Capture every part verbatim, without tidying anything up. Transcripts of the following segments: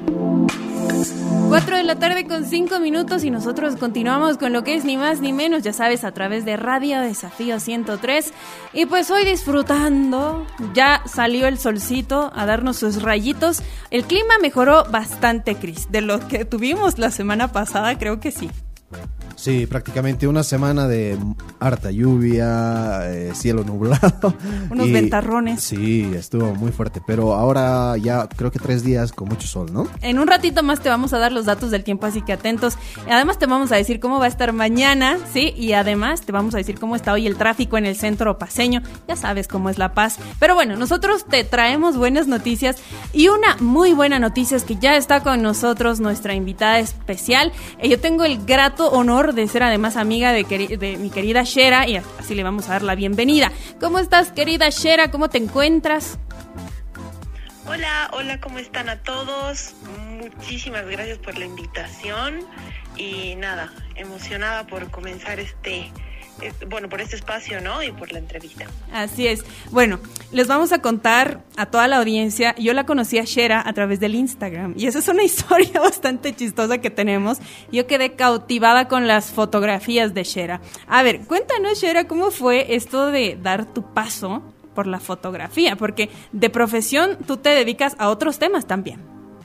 Cuatro de la tarde con cinco minutos y nosotros continuamos con lo que es ni más ni menos, ya sabes, a través de Radio Desafío ciento tres. Y pues hoy disfrutando, ya salió el solcito a darnos sus rayitos. El clima mejoró bastante, Cris, de lo que tuvimos la semana pasada, creo que sí. Sí, prácticamente una semana de harta lluvia, eh, cielo nublado. Unos y, ventarrones. Sí, estuvo muy fuerte, pero ahora ya creo que tres días con mucho sol, ¿no? En un ratito más te vamos a dar los datos del tiempo, así que atentos. Además te vamos a decir cómo va a estar mañana, ¿sí? Y además te vamos a decir cómo está hoy el tráfico en el centro paceño. Ya sabes cómo es La Paz. Pero bueno, nosotros te traemos buenas noticias y una muy buena noticia es que ya está con nosotros nuestra invitada especial. Eh, yo tengo el grato honor de ser además amiga de, queri- de mi querida Shera y así le vamos a dar la bienvenida. ¿Cómo estás, querida Shera? ¿Cómo te encuentras? Hola, hola, ¿cómo están a todos? Muchísimas gracias por la invitación y nada, emocionada por comenzar este... bueno, por este espacio, ¿no? Y por la entrevista. Así es. Bueno, les vamos a contar a toda la audiencia. Yo la conocí a Shera a través del Instagram y esa es una historia bastante chistosa que tenemos. Yo quedé cautivada con las fotografías de Shera. A ver, cuéntanos, Shera, ¿cómo fue esto de dar tu paso por la fotografía? Porque de profesión tú te dedicas a otros temas también.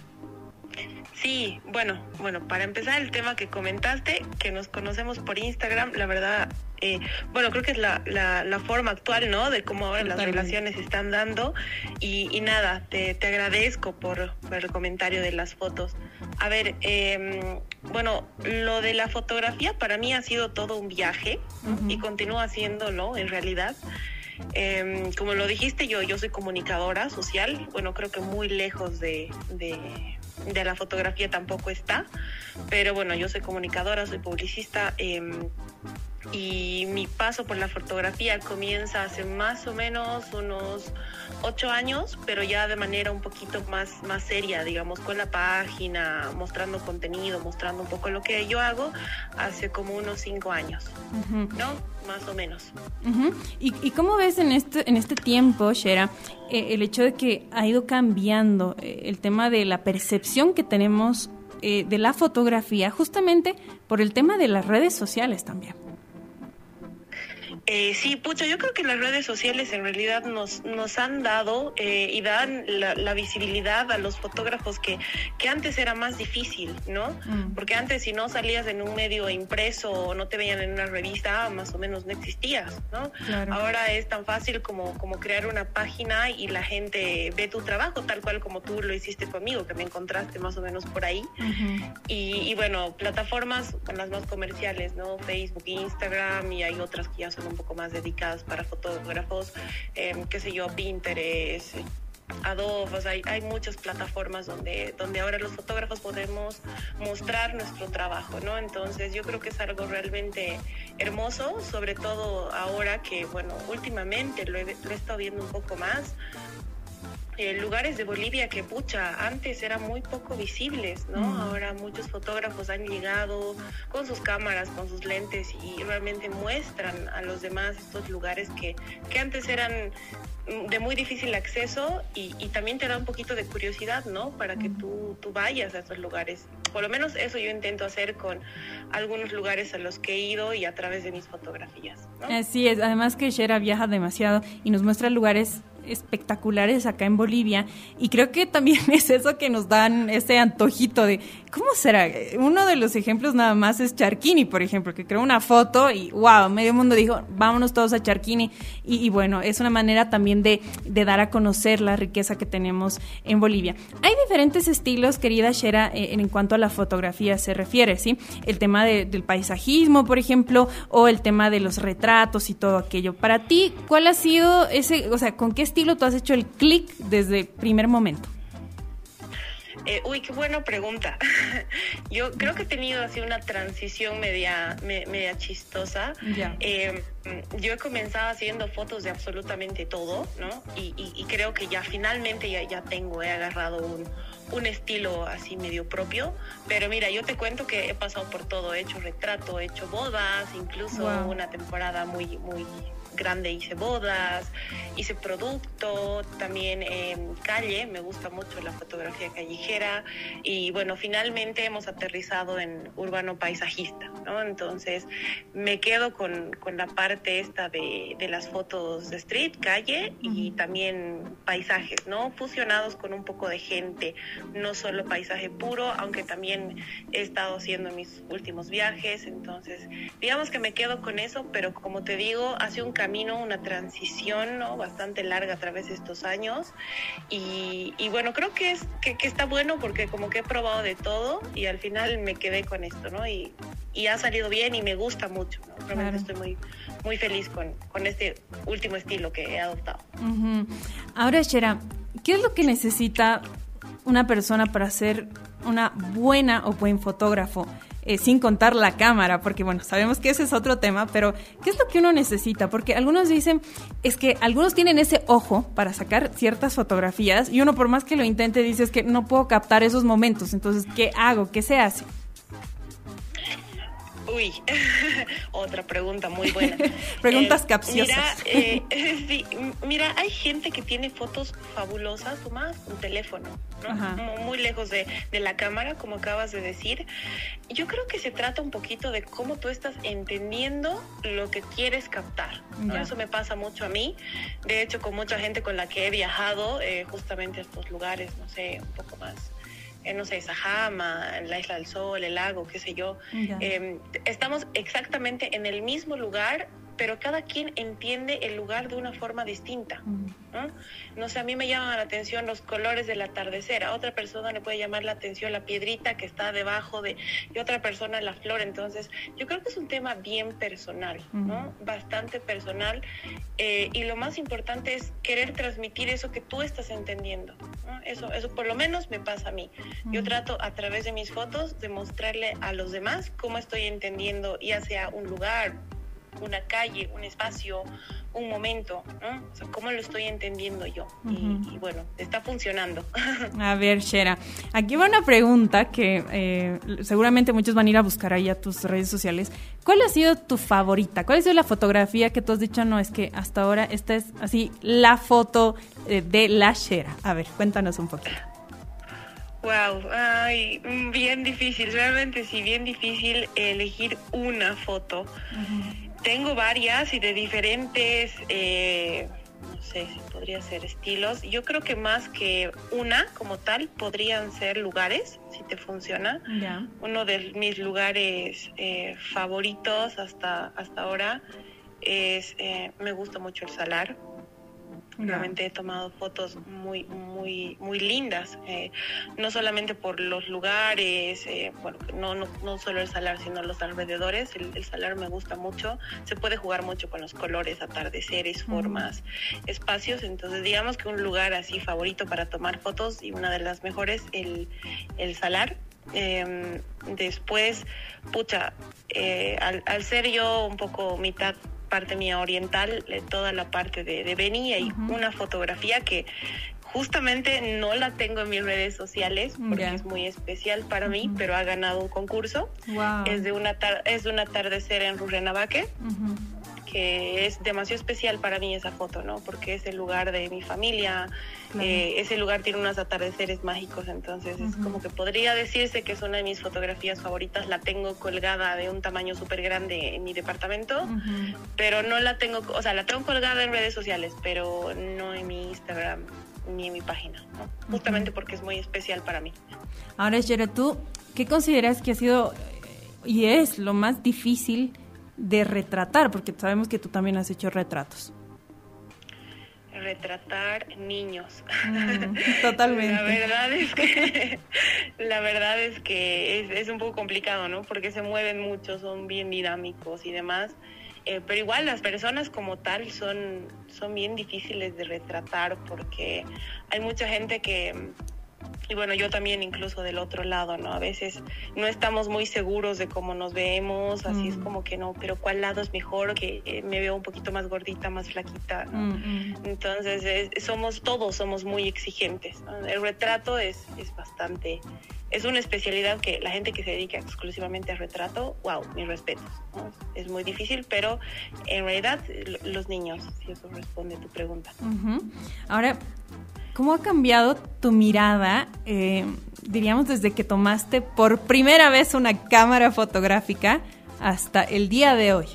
Sí, bueno, bueno, para empezar el tema que comentaste, que nos conocemos por Instagram, la verdad, eh, bueno, creo que es la, la, la forma actual, ¿no? De cómo ahora las relaciones se están dando y, y nada, te, te agradezco por, por el comentario de las fotos. A ver, eh, bueno, lo de la fotografía para mí ha sido todo un viaje uh-huh. y continúa haciéndolo en realidad. Eh, como lo dijiste, yo, yo soy comunicadora social, bueno, creo que muy lejos de... de de la fotografía tampoco está, pero bueno, yo soy comunicadora, soy publicista eh, y mi paso por la fotografía comienza hace más o menos unos ocho años, pero ya de manera un poquito más, más seria, digamos, con la página, mostrando contenido, mostrando un poco lo que yo hago hace como unos cinco años, uh-huh. ¿no? Más o menos. Uh-huh. ¿Y, ¿Y cómo ves en este, en este tiempo, Shera, eh, el hecho de que ha ido cambiando eh, el tema de la percepción que tenemos eh, de la fotografía, justamente por el tema de las redes sociales también? Eh, sí, pucha, yo creo que las redes sociales en realidad nos, nos han dado eh, y dan la, la visibilidad a los fotógrafos que, que antes era más difícil, ¿no? Mm. Porque antes si no salías en un medio impreso o no te veían en una revista, más o menos no existías, ¿no? Claro. Ahora es tan fácil como, como crear una página y la gente ve tu trabajo tal cual como tú lo hiciste conmigo, que me encontraste más o menos por ahí. Uh-huh. Y, y bueno, plataformas con las más comerciales, ¿no? Facebook, Instagram y hay otras que ya son un poco más dedicadas para fotógrafos, eh, qué sé yo, Pinterest, Adobe, o sea, hay, hay muchas plataformas donde, donde ahora los fotógrafos podemos mostrar nuestro trabajo, ¿no? Entonces yo creo que es algo realmente hermoso, sobre todo ahora que, bueno, últimamente lo he, lo he estado viendo un poco más. Eh, lugares de Bolivia que, pucha, antes eran muy poco visibles, ¿no? Mm. Ahora muchos fotógrafos han llegado con sus cámaras, con sus lentes y realmente muestran a los demás estos lugares que, que antes eran de muy difícil acceso y, y también te da un poquito de curiosidad, ¿no? Para que tú, tú vayas a estos lugares. Por lo menos eso yo intento hacer con algunos lugares a los que he ido y a través de mis fotografías, ¿no? Así es, además que Shera viaja demasiado y nos muestra lugares espectaculares acá en Bolivia y creo que también es eso que nos dan ese antojito de ¿cómo será? Uno de los ejemplos nada más es Charquini, por ejemplo, que creó una foto y wow, medio mundo dijo vámonos todos a Charquini y, y bueno, es una manera también de, de dar a conocer la riqueza que tenemos en Bolivia. Hay diferentes estilos, querida Shera, eh, en cuanto a la fotografía se refiere, ¿sí? El tema de, del paisajismo, por ejemplo, o el tema de los retratos y todo aquello. Para ti, ¿cuál ha sido ese, o sea, con qué estilo tú has hecho el clic desde el primer momento? Eh, uy, qué buena pregunta. Yo creo que he tenido así una transición media, me, media chistosa. Yeah. Eh, yo he comenzado haciendo fotos de absolutamente todo, ¿no? Y, y, y creo que ya finalmente ya, ya tengo, he agarrado un, un estilo así medio propio. Pero mira, yo te cuento que he pasado por todo. He hecho retrato, he hecho bodas, incluso wow. una temporada muy, muy... grande hice bodas, hice producto, también en calle, me gusta mucho la fotografía callejera y bueno, finalmente hemos aterrizado en urbano paisajista, ¿no? Entonces me quedo con, con la parte esta de, de las fotos de street, calle y también paisajes, ¿no? Fusionados con un poco de gente, no solo paisaje puro, aunque también he estado haciendo mis últimos viajes, entonces digamos que me quedo con eso, pero como te digo, hace un camino, una transición, ¿no? Bastante larga a través de estos años y, y bueno, creo que, es, que, que está bueno porque como que he probado de todo y al final me quedé con esto, ¿no? Y, y ha salido bien y me gusta mucho, ¿no? Realmente claro. Estoy muy, muy feliz con, con este último estilo que he adoptado. Uh-huh. Ahora, Shera, ¿qué es lo que necesita una persona para ser una buena o buen fotógrafo? Eh, sin contar la cámara, porque bueno, sabemos que ese es otro tema, pero ¿qué es lo que uno necesita? Porque algunos dicen, es que algunos tienen ese ojo para sacar ciertas fotografías y uno por más que lo intente dice, es que no puedo captar esos momentos, entonces, ¿qué hago? ¿Qué se hace? Uy, otra pregunta muy buena. Preguntas eh, capciosas. Mira, eh, sí, mira, hay gente que tiene fotos fabulosas, tomás con teléfono, ¿no? Muy lejos de, de la cámara, como acabas de decir. Yo creo que se trata un poquito de cómo tú estás entendiendo lo que quieres captar, ¿no? Eso me pasa mucho a mí. De hecho, con mucha gente con la que he viajado, eh, justamente a estos lugares, no sé, un poco más... Eh, no sé, Sajama, la Isla del Sol, el lago, qué sé yo. Yeah. Eh, estamos exactamente en el mismo lugar, pero cada quien entiende el lugar de una forma distinta, ¿no? No sé, a mí me llaman la atención los colores del atardecer, a otra persona le puede llamar la atención la piedrita que está debajo de, y otra persona la flor. Entonces, yo creo que es un tema bien personal, ¿no? Uh-huh. Bastante personal, eh, y lo más importante es querer transmitir eso que tú estás entendiendo, ¿no? Eso, eso por lo menos me pasa a mí. Uh-huh. Yo trato a través de mis fotos de mostrarle a los demás cómo estoy entendiendo, ya sea un lugar, una calle, un espacio, un momento, ¿no? O sea, ¿cómo lo estoy entendiendo yo? Uh-huh. y, y bueno, está funcionando. A ver, Shera, aquí va una pregunta que eh, seguramente muchos van a ir a buscar ahí a tus redes sociales. ¿Cuál ha sido tu favorita? ¿Cuál ha sido la fotografía que tú has dicho, no, es que hasta ahora esta es así la foto eh, de la Shera? A ver, cuéntanos un poquito. Wow, ay, bien difícil, realmente sí, bien difícil elegir una foto. Uh-huh. Tengo varias y de diferentes, eh, no sé si podría ser estilos. Yo creo que más que una como tal podrían ser lugares, si te funciona. Yeah. Uno de mis lugares eh, favoritos hasta, hasta ahora es, eh, me gusta mucho el Salar. Realmente he tomado fotos muy, muy, muy lindas, eh, no solamente por los lugares, eh, bueno, no, no, no solo el Salar, sino los alrededores. El, el Salar me gusta mucho, se puede jugar mucho con los colores, atardeceres, formas, uh-huh. espacios. Entonces, digamos que un lugar así favorito para tomar fotos y una de las mejores, el, el Salar. Eh, después, pucha, eh, al, al ser yo un poco mitad parte mía oriental, toda la parte de, de Beni, hay uh-huh. una fotografía que justamente no la tengo en mis redes sociales porque yeah. es muy especial para uh-huh. mí, pero ha ganado un concurso. Wow. Es de una tar- es de un atardecer en Rurrenabaque, uh-huh. que es demasiado especial para mí esa foto, ¿no? Porque es el lugar de mi familia, claro. eh, ese lugar tiene unos atardeceres mágicos, entonces uh-huh. es como que podría decirse que es una de mis fotografías favoritas. La tengo colgada de un tamaño súper grande en mi departamento, uh-huh. pero no la tengo, o sea, la tengo colgada en redes sociales, pero no en mi Instagram ni en mi página, ¿no? Uh-huh. Justamente porque es muy especial para mí. Ahora, Shera, ¿tú qué consideras que ha sido y es lo más difícil de retratar? Porque sabemos que tú también has hecho retratos. Retratar niños. Mm, totalmente. La verdad es que la verdad es que es, es un poco complicado, ¿no? Porque se mueven mucho, son bien dinámicos y demás. Eh, pero igual las personas como tal son, son bien difíciles de retratar porque hay mucha gente que y bueno, yo también incluso del otro lado, ¿no? A veces no estamos muy seguros de cómo nos vemos, así mm. es como que no, pero ¿cuál lado es mejor? Que eh, me veo un poquito más gordita, más flaquita, ¿no? Mm-hmm. Entonces, es, somos todos, somos muy exigentes, ¿no? El retrato es, es bastante, es una especialidad que la gente que se dedica exclusivamente al retrato, wow, mis respetos, ¿no? Es muy difícil, pero en realidad los niños, si eso responde a tu pregunta. Uh-huh. Ahora, ¿cómo ha cambiado tu mirada, eh, diríamos, desde que tomaste por primera vez una cámara fotográfica hasta el día de hoy?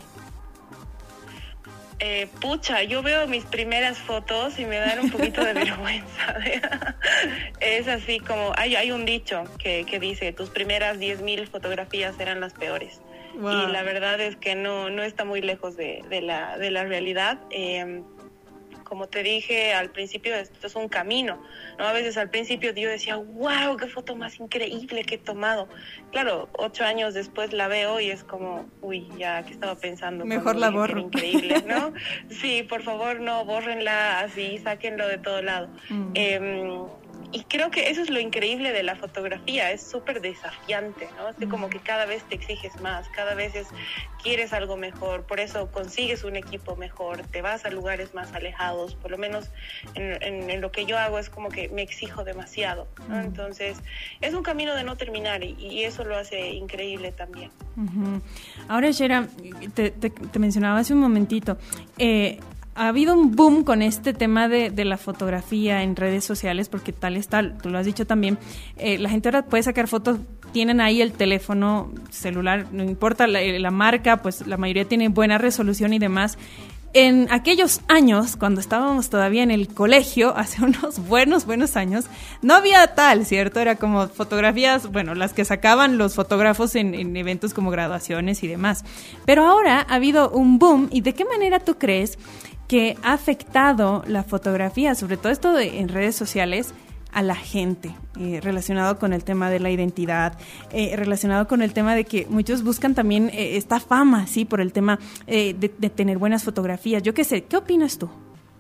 Eh, pucha, yo veo mis primeras fotos y me dan un poquito de vergüenza. Es así como, hay, hay un dicho que, que dice, tus primeras diez mil fotografías eran las peores. Wow. Y la verdad es que no, no está muy lejos de, de, la, de la realidad. Eh, Como te dije al principio, esto es un camino, ¿no? A veces al principio yo decía, wow, qué foto más increíble que he tomado. Claro, ocho años después la veo y es como, uy, ya, ¿qué estaba pensando? Mejor la borro. Increíble, ¿no? Sí, por favor, no, bórrenla así, sáquenlo de todo lado. Mm. Eh, Y creo que eso es lo increíble de la fotografía, es súper desafiante, ¿no? Es que como que cada vez te exiges más, cada vez es, quieres algo mejor, por eso consigues un equipo mejor, te vas a lugares más alejados, por lo menos en, en, en lo que yo hago es como que me exijo demasiado, ¿no? Entonces es un camino de no terminar y, y eso lo hace increíble también. Uh-huh. Ahora, Shera, te, te, te mencionaba hace un momentito, eh, ha habido un boom con este tema de, de la fotografía en redes sociales, porque tal es tal, tú lo has dicho también, eh, la gente ahora puede sacar fotos, tienen ahí el teléfono celular, no importa la, la marca, pues la mayoría tiene buena resolución y demás. En aquellos años, cuando estábamos todavía en el colegio, hace unos buenos, buenos años, no había tal, ¿cierto? Era como fotografías, bueno, las que sacaban los fotógrafos en, en eventos como graduaciones y demás. Pero ahora ha habido un boom, ¿y de qué manera tú crees que ha afectado la fotografía, sobre todo esto de, en redes sociales, a la gente, eh, relacionado con el tema de la identidad, eh, relacionado con el tema de que muchos buscan también eh, esta fama, ¿sí? Por el tema eh, de, de tener buenas fotografías. Yo qué sé, ¿qué opinas tú?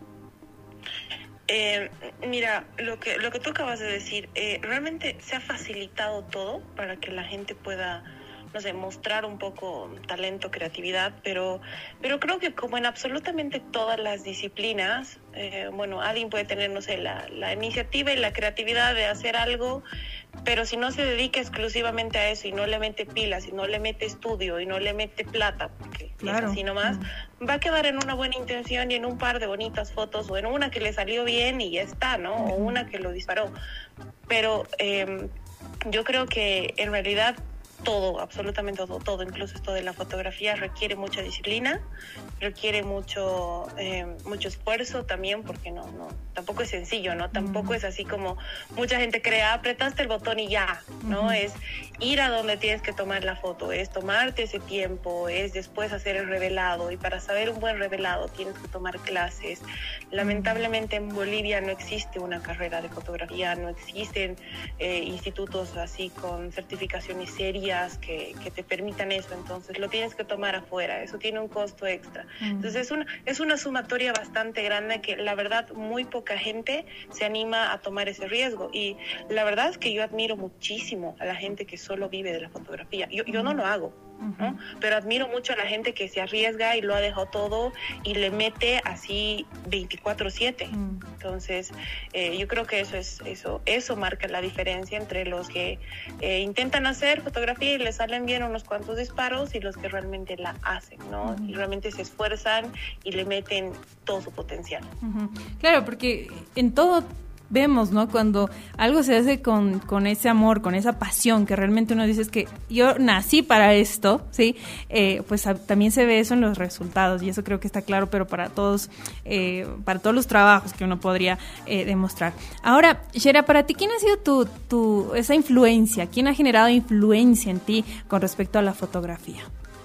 Eh, mira, lo que, lo que tú acabas de decir, eh, realmente se ha facilitado todo para que la gente pueda, no sé, mostrar un poco talento, creatividad, pero, pero creo que como en absolutamente todas las disciplinas, eh, bueno, alguien puede tener, no sé, la, la iniciativa y la creatividad de hacer algo, pero si no se dedica exclusivamente a eso y no le mete pilas, y no le mete estudio, y no le mete plata, porque claro, es así nomás, mm. va a quedar en una buena intención y en un par de bonitas fotos, o en una que le salió bien y ya está, ¿no? O una que lo disparó. Pero eh, yo creo que en realidad todo, absolutamente todo, todo, incluso esto de la fotografía requiere mucha disciplina, requiere mucho eh, mucho esfuerzo también, porque no, no, tampoco es sencillo, ¿no? Tampoco uh-huh. es así como mucha gente cree, apretaste el botón y ya, ¿no? Uh-huh. Es ir a donde tienes que tomar la foto, es tomarte ese tiempo, es después hacer el revelado, y para saber un buen revelado tienes que tomar clases. Lamentablemente en Bolivia no existe una carrera de fotografía, no existen eh, institutos así con certificaciones serias Que, que te permitan eso, entonces lo tienes que tomar afuera, eso tiene un costo extra. Mm. Entonces es una, es una sumatoria bastante grande que la verdad muy poca gente se anima a tomar ese riesgo, y la verdad es que yo admiro muchísimo a la gente que solo vive de la fotografía. Yo, yo no lo hago, ¿no? Pero admiro mucho a la gente que se arriesga y lo ha dejado todo y le mete así veinticuatro siete. Mm. Entonces eh, yo creo que eso es eso eso marca la diferencia entre los que eh, intentan hacer fotografía y les salen bien unos cuantos disparos, y los que realmente la hacen, ¿no? Mm. Y realmente se esfuerzan y le meten todo su potencial. Uh-huh. Claro, porque en todo vemos, ¿no? Cuando algo se hace con, con ese amor, con esa pasión, que realmente uno dice es que yo nací para esto, ¿sí? Eh, pues a, también se ve eso en los resultados, y eso creo que está claro, pero para todos, eh, para todos los trabajos que uno podría eh, demostrar. Ahora, Shera, para ti, ¿quién ha sido tu, tu, esa influencia? ¿Quién ha generado influencia en ti con respecto a la fotografía?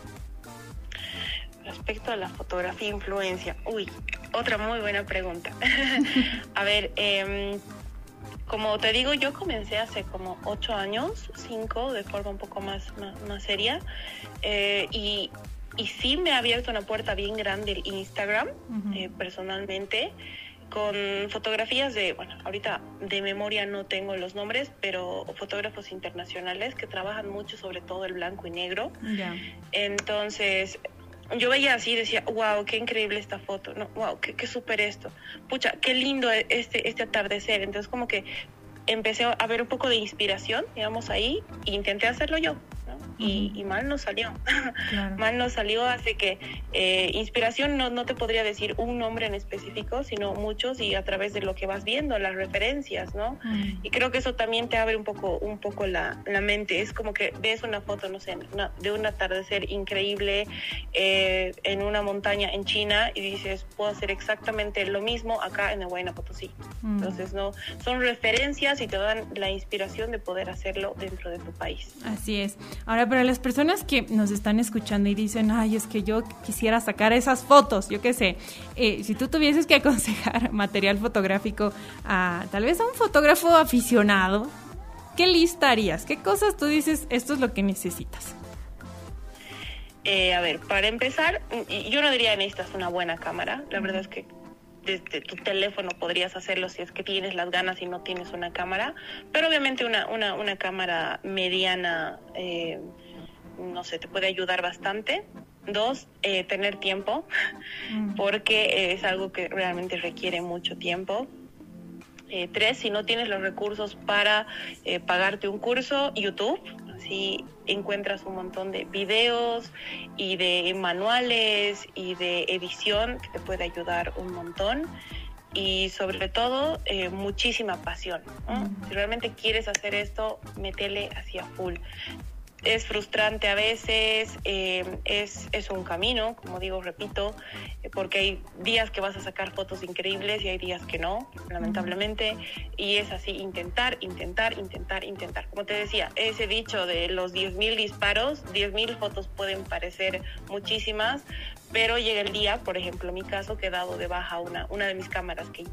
Respecto a la fotografía influencia, uy, otra muy buena pregunta. A ver, eh, como te digo, yo comencé hace como ocho años, cinco, de forma un poco más, más, más seria, eh, y, y sí me ha abierto una puerta bien grande el Instagram, uh-huh. eh, personalmente. con fotografías de, bueno, ahorita de memoria no tengo los nombres, pero fotógrafos internacionales que trabajan mucho sobre todo el blanco y negro. Yeah. Entonces, yo veía así y decía, wow, qué increíble esta foto, no, wow, qué, qué súper esto, pucha, qué lindo este, este atardecer. Entonces como que empecé a ver un poco de inspiración, digamos, ahí, e intenté hacerlo yo, ¿no? Y, y mal no salió. Claro. Mal no salió, así que eh, inspiración no, no te podría decir un nombre en específico, sino muchos, y a través de lo que vas viendo, las referencias, ¿no? Mm. Y creo que eso también te abre un poco, un poco la, la mente. Es como que ves una foto, no sé, una, de un atardecer increíble eh, en una montaña en China y dices, puedo hacer exactamente lo mismo acá en Huayna Potosí. Mm. Entonces, no, son referencias y te dan la inspiración de poder hacerlo dentro de tu país. Así es. Ahora, para las personas que nos están escuchando y dicen, ay, es que yo quisiera sacar esas fotos, yo qué sé, eh, si tú tuvieses que aconsejar material fotográfico a tal vez a un fotógrafo aficionado, ¿qué lista harías? ¿Qué cosas tú dices, esto es lo que necesitas? Eh, a ver, para empezar, yo no diría necesitas una buena cámara, la verdad es que desde tu teléfono podrías hacerlo si es que tienes las ganas y no tienes una cámara, pero obviamente una, una, una cámara mediana, eh, no sé, te puede ayudar bastante. Dos, eh, tener tiempo, mm. porque es algo que realmente requiere mucho tiempo. Eh, tres, si no tienes los recursos para eh, pagarte un curso, YouTube. Así encuentras un montón de videos y de manuales y de edición que te puede ayudar un montón. Y sobre todo, eh, muchísima pasión, ¿no? Mm. Si realmente quieres hacer esto, métele hacia full. Es frustrante a veces, eh, es, es un camino, como digo, repito, eh, porque hay días que vas a sacar fotos increíbles y hay días que no, lamentablemente, y es así, intentar, intentar, intentar, intentar. Como te decía, ese dicho de los diez mil disparos, diez mil fotos pueden parecer muchísimas, pero llega el día, por ejemplo, en mi caso, que he dado de baja una, una de mis cámaras que...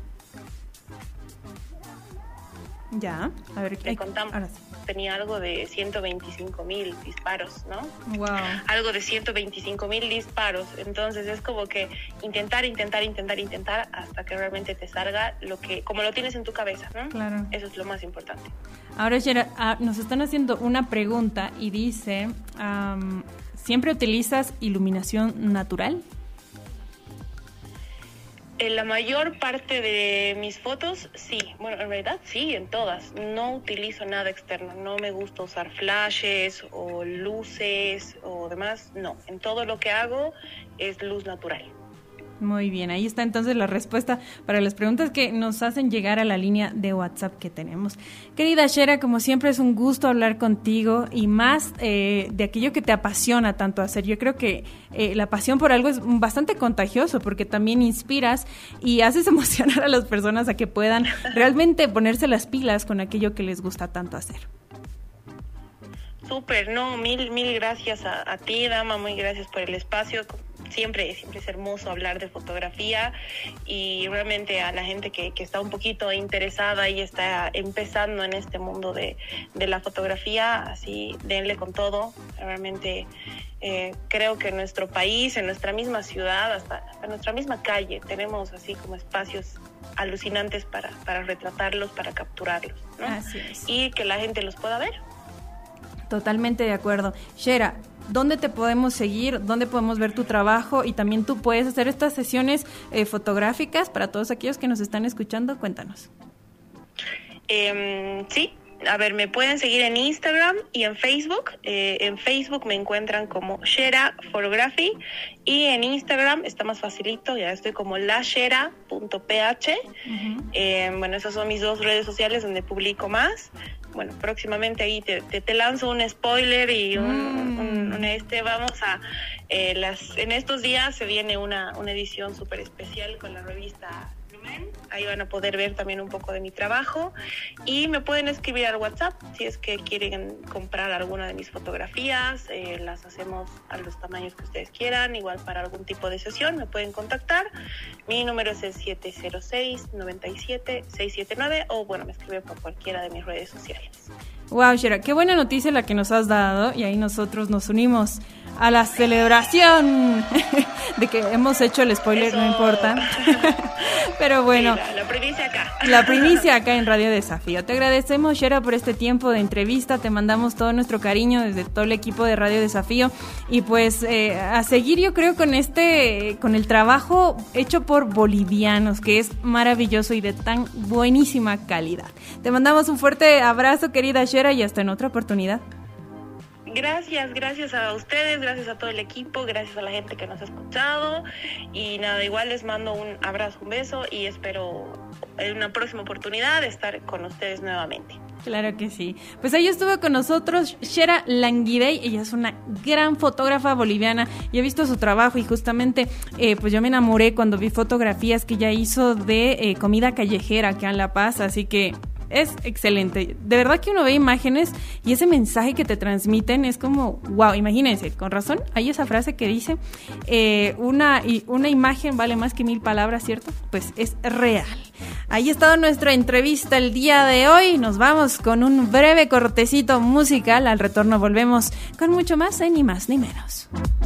Ya, a ver, te contamos. Ahora sí. Tenía algo de ciento veinticinco mil disparos, ¿no? Wow. Algo de ciento veinticinco mil disparos. Entonces es como que intentar, intentar, intentar, intentar hasta que realmente te salga lo que, como lo tienes en tu cabeza, ¿no? Claro. Eso es lo más importante. Ahora, Shera, ah, nos están haciendo una pregunta y dice, um, ¿siempre utilizas iluminación natural? En la mayor parte de mis fotos, sí. Bueno, en realidad sí, en todas. No utilizo nada externo. No me gusta usar flashes o luces o demás. No, en todo lo que hago es luz natural. Muy bien, ahí está entonces la respuesta para las preguntas que nos hacen llegar a la línea de WhatsApp que tenemos. Querida Shera, como siempre es un gusto hablar contigo y más eh, de aquello que te apasiona tanto hacer. Yo creo que eh, la pasión por algo es bastante contagioso porque también inspiras y haces emocionar a las personas a que puedan realmente ponerse las pilas con aquello que les gusta tanto hacer. Súper, no, mil, mil gracias a, a ti, Dama, muy gracias por el espacio. Siempre, siempre es hermoso hablar de fotografía y realmente a la gente que, que está un poquito interesada y está empezando en este mundo de, de la fotografía, así denle con todo. Realmente eh, creo que en nuestro país, en nuestra misma ciudad, hasta, hasta nuestra misma calle, tenemos así como espacios alucinantes para, para retratarlos, para capturarlos, ¿no? Así es. Y que la gente los pueda ver. Totalmente de acuerdo. Shera, ¿dónde te podemos seguir? ¿Dónde podemos ver tu trabajo? Y también tú puedes hacer estas sesiones eh, fotográficas para todos aquellos que nos están escuchando. Cuéntanos. Eh, sí, a ver, me pueden seguir en Instagram y en Facebook. Eh, en Facebook me encuentran como Shera Photography y en Instagram está más facilito, ya estoy como lashera punto ph. Uh-huh. Eh, bueno, esas son mis dos redes sociales donde publico más. Bueno, próximamente ahí te, te, te lanzo un spoiler y un, mm. un, un este, vamos a, eh, las en estos días se viene una, una edición súper especial con la revista Lumen, ahí van a poder ver también un poco de mi trabajo y me pueden escribir al WhatsApp si es que quieren comprar alguna de mis fotografías, eh, las hacemos a los tamaños que ustedes quieran, igual para algún tipo de sesión me pueden contactar, mi número es el siete cero seis, nueve siete, seis siete nueve o bueno, me escriben por cualquiera de mis redes sociales. Wow, Shera, qué buena noticia la que nos has dado y ahí nosotros nos unimos a la celebración de que hemos hecho el spoiler, Eso. No importa. Pero bueno. Sí, la, la primicia acá. La primicia acá en Radio Desafío. Te agradecemos, Shera, por este tiempo de entrevista. Te mandamos todo nuestro cariño desde todo el equipo de Radio Desafío. Y pues eh, a seguir, yo creo, con este, con el trabajo hecho por bolivianos, que es maravilloso y de tan buenísima calidad. Te mandamos un fuerte abrazo, querida Shera, y hasta en otra oportunidad. Gracias, gracias a ustedes, gracias a todo el equipo, gracias a la gente que nos ha escuchado y nada, igual les mando un abrazo, un beso y espero en una próxima oportunidad estar con ustedes nuevamente. Claro que sí. Pues ahí estuvo con nosotros Shera Languidey. Ella es una gran fotógrafa boliviana y he visto su trabajo y justamente eh, pues yo me enamoré cuando vi fotografías que ella hizo de eh, comida callejera acá en La Paz, así que es excelente. De verdad que uno ve imágenes y ese mensaje que te transmiten es como, wow, imagínense, con razón, hay esa frase que dice, eh, una, una imagen vale más que mil palabras, ¿cierto? Pues es real. Ahí está nuestra entrevista el día de hoy. Nos vamos con un breve cortecito musical. Al retorno volvemos con mucho más, eh, ni más ni menos.